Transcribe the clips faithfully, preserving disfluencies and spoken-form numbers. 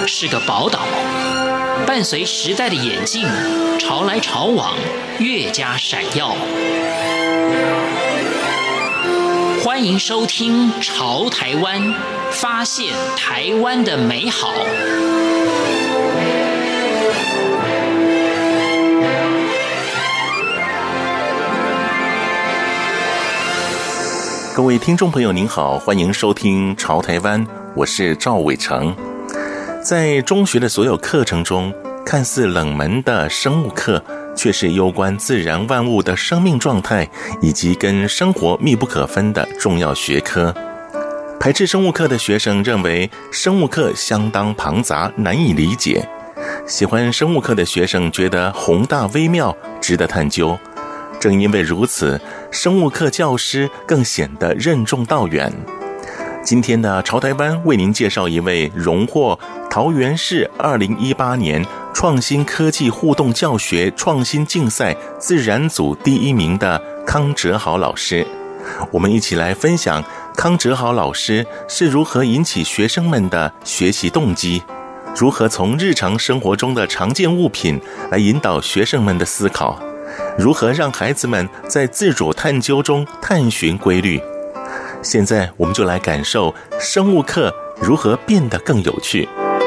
是个宝岛，伴随时代的演进，潮来潮往，越加闪耀。欢迎收听《潮台湾》，发现台湾的美好。 各位听众朋友您好，欢迎收听《潮台湾》，我是赵伟成。在中学的所有课程中，看似冷门的生物课，却是攸关自然万物的生命状态以及跟生活密不可分的重要学科。排斥生物课的学生认为生物课相当庞杂，难以理解。喜欢生物课的学生觉得宏大微妙，值得探究。正因为如此，生物课教师更显得任重道远。今天的潮台湾为您介绍一位荣获桃园市二零一八年创新科技互动教学创新竞赛自然组第一名的康哲豪老师。我们一起来分享康哲豪老师是如何引起学生们的学习动机，如何从日常生活中的常见物品来引导学生们的思考，如何让孩子们在自主探究中探寻规律。现在我们就来感受生物课如何变得更有趣。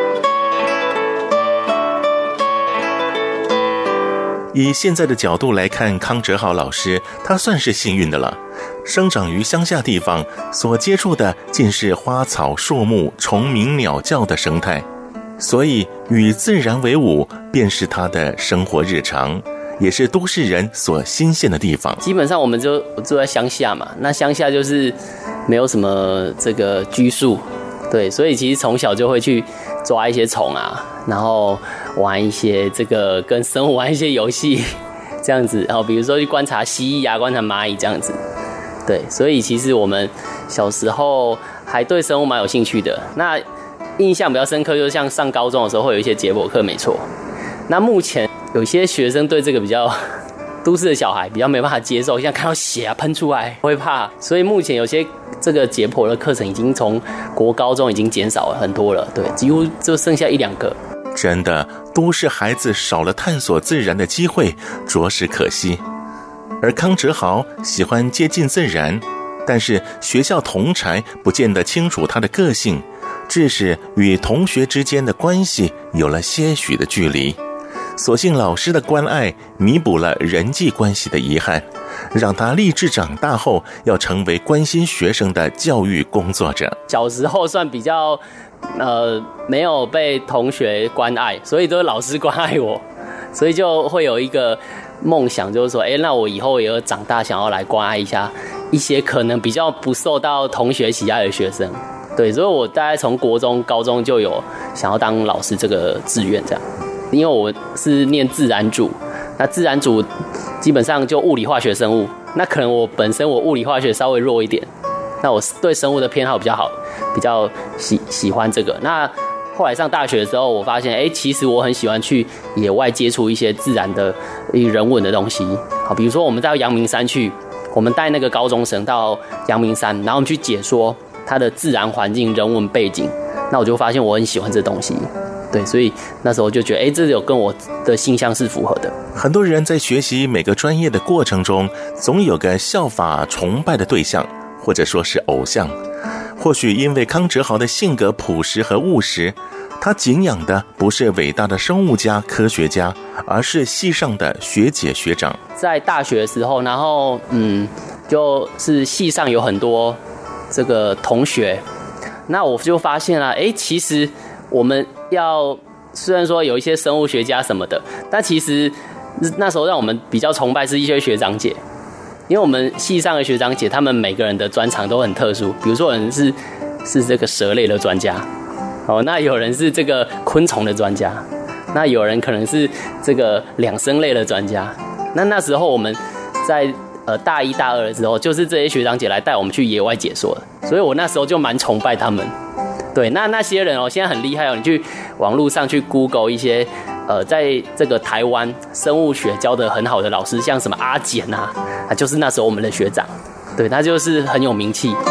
以现在的角度来看，康哲豪老师他算是幸运的了。生长于乡下地方，所接触的尽是花草树木、虫鸣鸟叫的生态，所以与自然为伍便是他的生活日常，也是都市人所新鲜的地方。 基本上我们就住在乡下嘛，那乡下就是没有什么这个拘束，对，所以其实从小就会去抓一些虫啊，然后玩一些这个跟生物玩一些游戏，这样子，然后比如说去观察蜥蜴啊，观察蚂蚁这样子，对，所以其实我们小时候还对生物蛮有兴趣的。那印象比较深刻，就是像上高中的时候会有一些解剖课，没错。那目前有些学生对这个比较都市的小孩比较没办法接受，像看到血啊喷出来会怕，所以目前有些这个解剖的课程已经从国高中已经减少了很多了，对，几乎就剩下一两个。 真的，都市孩子少了探索自然的机会，着实可惜。而康哲豪喜欢接近自然，但是学校同侪不见得清楚他的个性，致使与同学之间的关系有了些许的距离。所幸老师的关爱弥补了人际关系的遗憾，让他立志长大后要成为关心学生的教育工作者。 小时候算比较呃没有被同学关爱，所以都是老师关爱我，所以就会有一个梦想，就是说，哎，那我以后也有长大想要来关爱一下一些可能比较不受到同学喜爱的学生。对，所以我大概从国中、高中就有想要当老师这个志愿这样。因为我是念自然组，那自然组基本上就物理、化学、生物，那可能我本身我物理、化学稍微弱一点，那我对生物的偏好比较好，比较喜喜欢这个。那后来上大学的时候，我发现，哎，其实我很喜欢去野外接触一些自然的、人文的东西。好，比如说我们到阳明山去，我们带那个高中生到阳明山，然后我们去解说它的自然环境、人文背景，那我就发现我很喜欢这东西。对，所以那时候就觉得，哎，这有跟我的性向是符合的。 很多人在学习每个专业的过程中，总有个效法崇拜的对象，或者说是偶像。或许因为康哲豪的性格朴实和务实，他敬仰的不是伟大的生物家、科学家，而是系上的学姐学长。 在大学的时候，然后嗯，就是系上有很多这个同学，那我就发现了，哎，其实我们要虽然说有一些生物学家什么的，但其实那时候让我们比较崇拜是一些学长姐，因为我们系上的学长姐，他们每个人的专长都很特殊。比如说有人是是这个蛇类的专家，哦，那有人是这个昆虫的专家，那有人可能是这个两生类的专家。那那时候我们在呃大一大二的时候，就是这些学长姐来带我们去野外解说的，所以我那时候就蛮崇拜他们。对，那那些人哦，现在很厉害哦，你去网络上去 Google 一些，呃，在这个台湾生物学教得很好的老师，像什么阿简啊，他就是那时候我们的学长，对，他就是很有名气。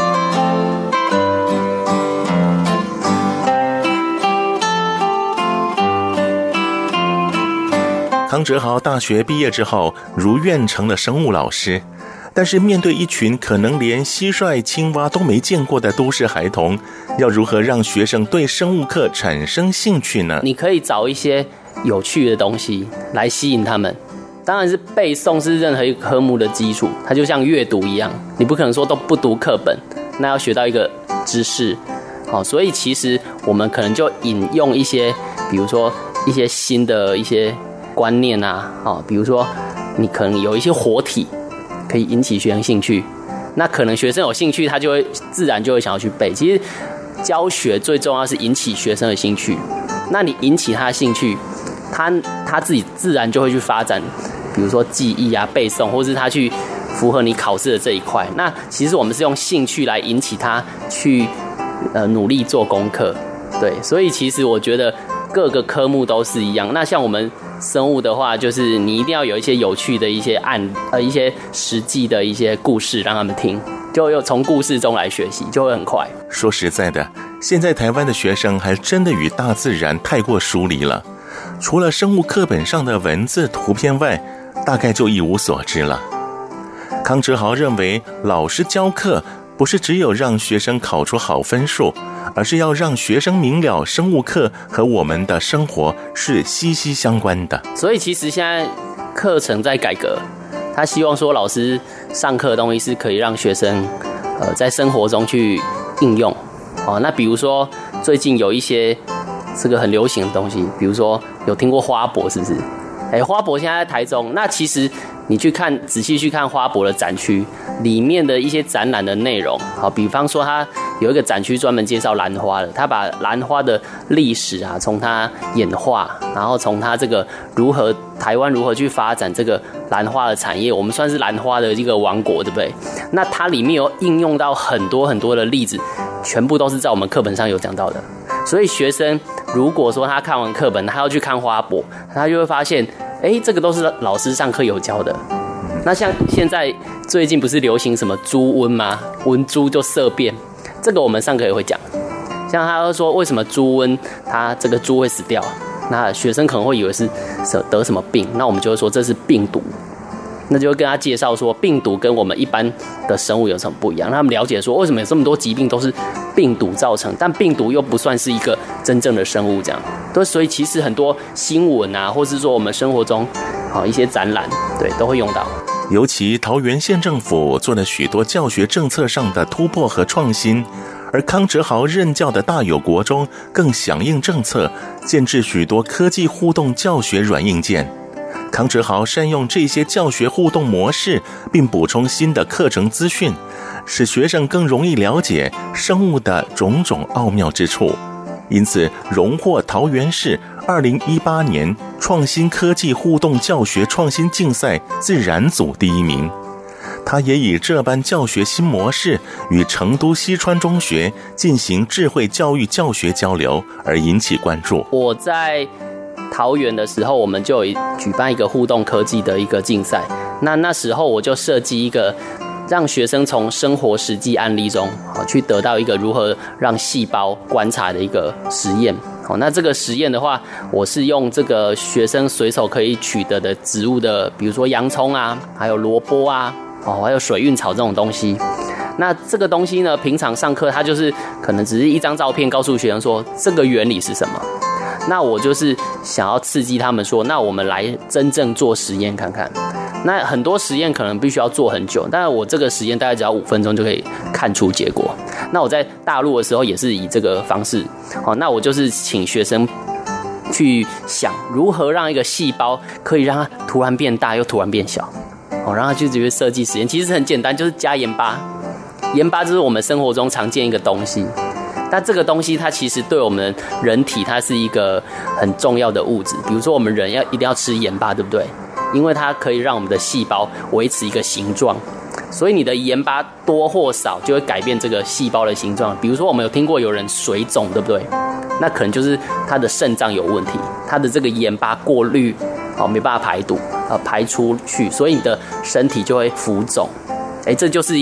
康哲豪大学毕业之后如愿成了生物老师，但是面对一群可能连蟋蟀、青蛙都没见过的都市孩童，要如何让学生对生物课产生兴趣呢？ 你可以找一些有趣的东西来吸引他们。当然是背诵是任何一个科目的基础，它就像阅读一样，你不可能说都不读课本，那要学到一个知识。好，所以其实我们可能就引用一些，比如说一些新的一些观念啊，哦，比如说你可能有一些活体可以引起学生兴趣，那可能学生有兴趣，他就会自然就会想要去背。其实教学最重要是引起学生的兴趣，那你引起他的兴趣，他他自己自然就会去发展，比如说记忆啊、背诵，或是他去符合你考试的这一块。那其实我们是用兴趣来引起他去呃努力做功课，对，所以其实我觉得各个科目都是一样。那像我们生物的话，就是你一定要有一些有趣的一些案呃一些实际的一些故事让他们听，就又从故事中来学习，就会很快。 说实在的，现在台湾的学生还真的与大自然太过疏离了，除了生物课本上的文字图片外，大概就一无所知了。康哲豪认为，老师教课不是只有让学生考出好分数，而是要让学生明了生物课和我们的生活是息息相关的。 所以其实现在课程在改革，他希望说老师上课的东西是可以让学生呃在生活中去应用。哦，那比如说最近有一些这个很流行的东西，比如说有听过花博是不是？哎，花博现在在台中，那其实你去看仔细去看花博的展区里面的一些展览的内容，好，比方说它有一个展区专门介绍兰花的，他把兰花的历史啊，从它演化，然后从它这个如何台湾如何去发展这个兰花的产业，我们算是兰花的一个王国，对不对？那它里面有应用到很多很多的例子，全部都是在我们课本上有讲到的。所以学生如果说他看完课本，他要去看花博，他就会发现，哎，这个都是老师上课有教的。那像现在最近不是流行什么猪瘟吗？闻猪就色变，这个我们上课也会讲。像他会说为什么猪瘟，他这个猪会死掉，那学生可能会以为是得什么病，那我们就会说这是病毒。那就会跟他介绍说，病毒跟我们一般的生物有什么不一样，让他们了解说为什么有这么多疾病都是病毒造成，但病毒又不算是一个真正的生物，这样。对，所以其实很多新闻啊，或是说我们生活中好一些展览，对，都会用到。 尤其桃园县政府做了许多教学政策上的突破和创新，而康哲豪任教的大有国中更响应政策，建置许多科技互动教学软硬件。康哲豪善用这些教学互动模式，并补充新的课程资讯，使学生更容易了解生物的种种奥妙之处，因此荣获桃园市二零一八年创新科技互动教学创新竞赛自然组第一名。他也以这般教学新模式与成都西川中学进行智慧教育教学交流，而引起关注。 我在桃园的时候，我们就有举办一个互动科技的一个竞赛。那那时候我就设计一个让学生从生活实际案例中去得到一个如何让细胞观察的一个实验。那这个实验的话，我是用这个学生随手可以取得的植物的，比如说洋葱啊，还有萝卜啊，还有水蘊草这种东西。那这个东西呢，平常上课它就是可能只是一张照片，告诉学生说这个原理是什么。那我就是想要刺激他们说，那我们来真正做实验看看。那很多实验可能必须要做很久，但是我这个实验大概只要五分钟就可以看出结果。那我在大陆的时候也是以这个方式，好，那我就是请学生去想如何让一个细胞可以让它突然变大又突然变小，好，然后就直接设计实验。其实很简单，就是加盐巴。盐巴就是我们生活中常见一个东西。但这个东西它其实对我们人体它是一个很重要的物质，比如说我们人要一定要吃盐巴，对不对？因为它可以让我们的细胞维持一个形状，所以你的盐巴多或少就会改变这个细胞的形状。比如说我们有听过有人水肿，对不对？那可能就是他的肾脏有问题，他的这个盐巴过滤好没办法排毒呃排出去，所以你的身体就会浮肿。哎，这就是一个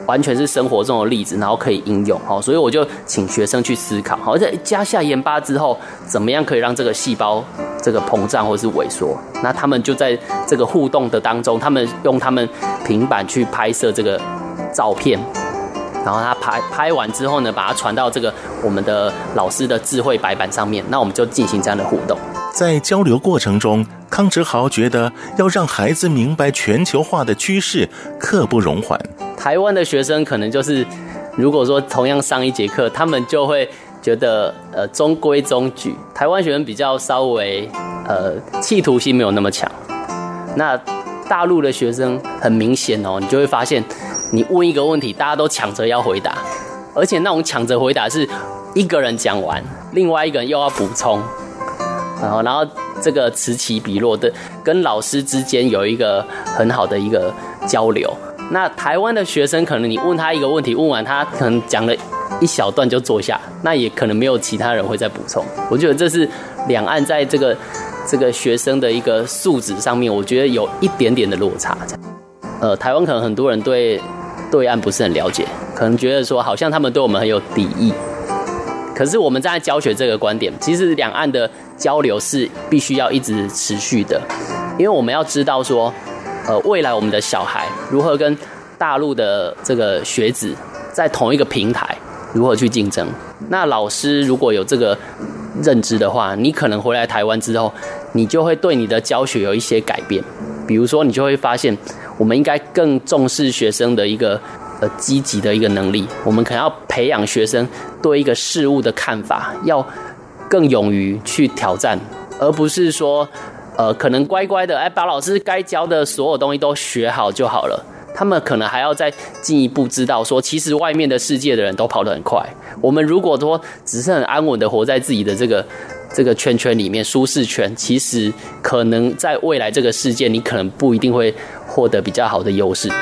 完全是生活中的例子，然后可以应用，好，所以我就请学生去思考，好，在加下盐巴之后，怎么样可以让这个细胞这个膨胀或是萎缩？那他们就在这个互动的当中，他们用他们平板去拍摄这个照片，然后他拍拍完之后呢，把它传到这个我们的老师的智慧白板上面，那我们就进行这样的互动。 在交流过程中，康哲豪觉得要让孩子明白全球化的趋势，刻不容缓。 台湾的学生可能就是，如果说同样上一节课，他们就会觉得呃中规中矩。台湾学生比较稍微呃企图心没有那么强。那大陆的学生很明显哦，你就会发现，你问一个问题，大家都抢着要回答，而且那种抢着回答是一个人讲完，另外一个人又要补充。然后，然后这个此起彼落的，跟老师之间有一个很好的一个交流。那台湾的学生，可能你问他一个问题，问完他可能讲了一小段就坐下，那也可能没有其他人会再补充。我觉得这是两岸在这个这个学生的一个素质上面，我觉得有一点点的落差。呃，台湾可能很多人对对岸不是很了解，可能觉得说好像他们对我们很有敌意。可是我们站在教学这个观点，其实两岸的交流是必须要一直持续的，因为我们要知道说，呃，未来我们的小孩如何跟大陆的这个学子在同一个平台如何去竞争。那老师如果有这个认知的话，你可能回来台湾之后，你就会对你的教学有一些改变。比如说，你就会发现，我们应该更重视学生的一个呃积极的一个能力，我们可能要培养学生对一个事物的看法，要更勇于去挑战，而不是说，呃，可能乖乖的，哎，把老师该教的所有东西都学好就好了。他们可能还要再进一步知道说，其实外面的世界的人都跑得很快。我们如果说只是很安稳的活在自己的这个这个圈圈里面，舒适圈，其实可能在未来这个世界，你可能不一定会获得比较好的优势。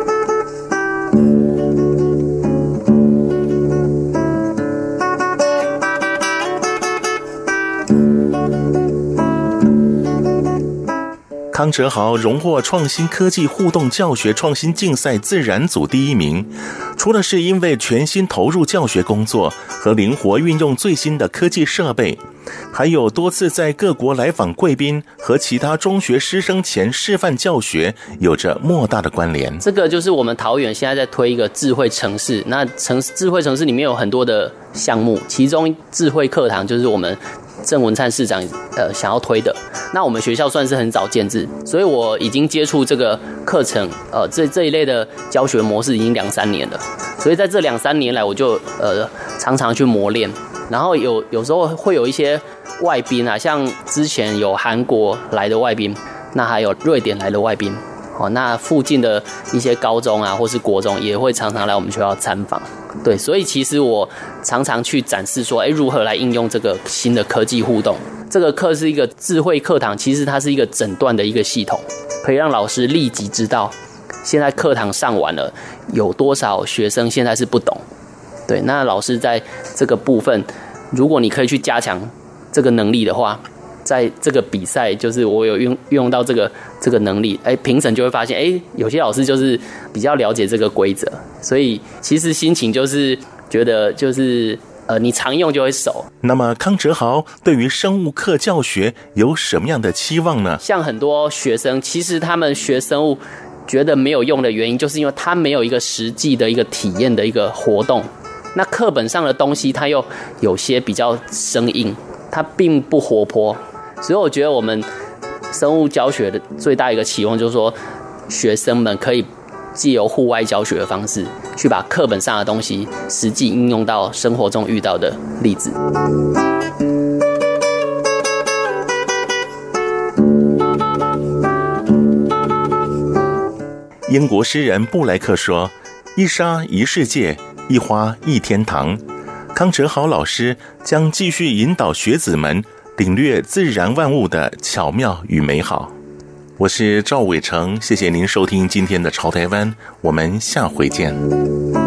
康哲豪荣获创新科技互动教学创新竞赛自然组第一名，除了是因为全心投入教学工作和灵活运用最新的科技设备，还有多次在各国来访贵宾和其他中学师生前示范教学，有着莫大的关联。 这个就是我们桃园现在在推一个智慧城市，那城智慧城市里面有很多的项目，其中智慧课堂就是我们郑文灿市长呃想要推的。那我们学校算是很早建制，所以我已经接触这个课程，呃，这这一类的教学模式已经两三年了。所以在这两三年来，我就呃常常去磨练，然后有有时候会有一些外宾啊，像之前有韩国来的外宾，那还有瑞典来的外宾，哦，那附近的一些高中啊或是国中也会常常来我们学校参访。对，所以其实我常常去展示说，哎，如何来应用这个新的科技互动。这个课是一个智慧课堂，其实它是一个诊断的一个系统，可以让老师立即知道现在课堂上完了有多少学生现在是不懂。对，那老师在这个部分，如果你可以去加强这个能力的话，在这个比赛就是我有用用到这个这个能力，哎，评审就会发现，哎，有些老师就是比较了解这个规则，所以其实心情就是觉得就是呃，你常用就会熟。 那么康哲豪对于生物课教学有什么样的期望呢？ 像很多学生，其实他们学生物觉得没有用的原因，就是因为他没有一个实际的一个体验的一个活动。那课本上的东西，它又有些比较生硬，它并不活泼。所以我觉得我们生物教学的最大一个期望就是说，学生们可以藉由户外教学的方式，去把课本上的东西实际应用到生活中遇到的例子。 英国诗人布莱克说：“一沙一世界，一花一天堂。”康哲豪老师将继续引导学子们领略自然万物的巧妙与美好。我是赵伟成，谢谢您收听今天的潮台湾，我们下回见。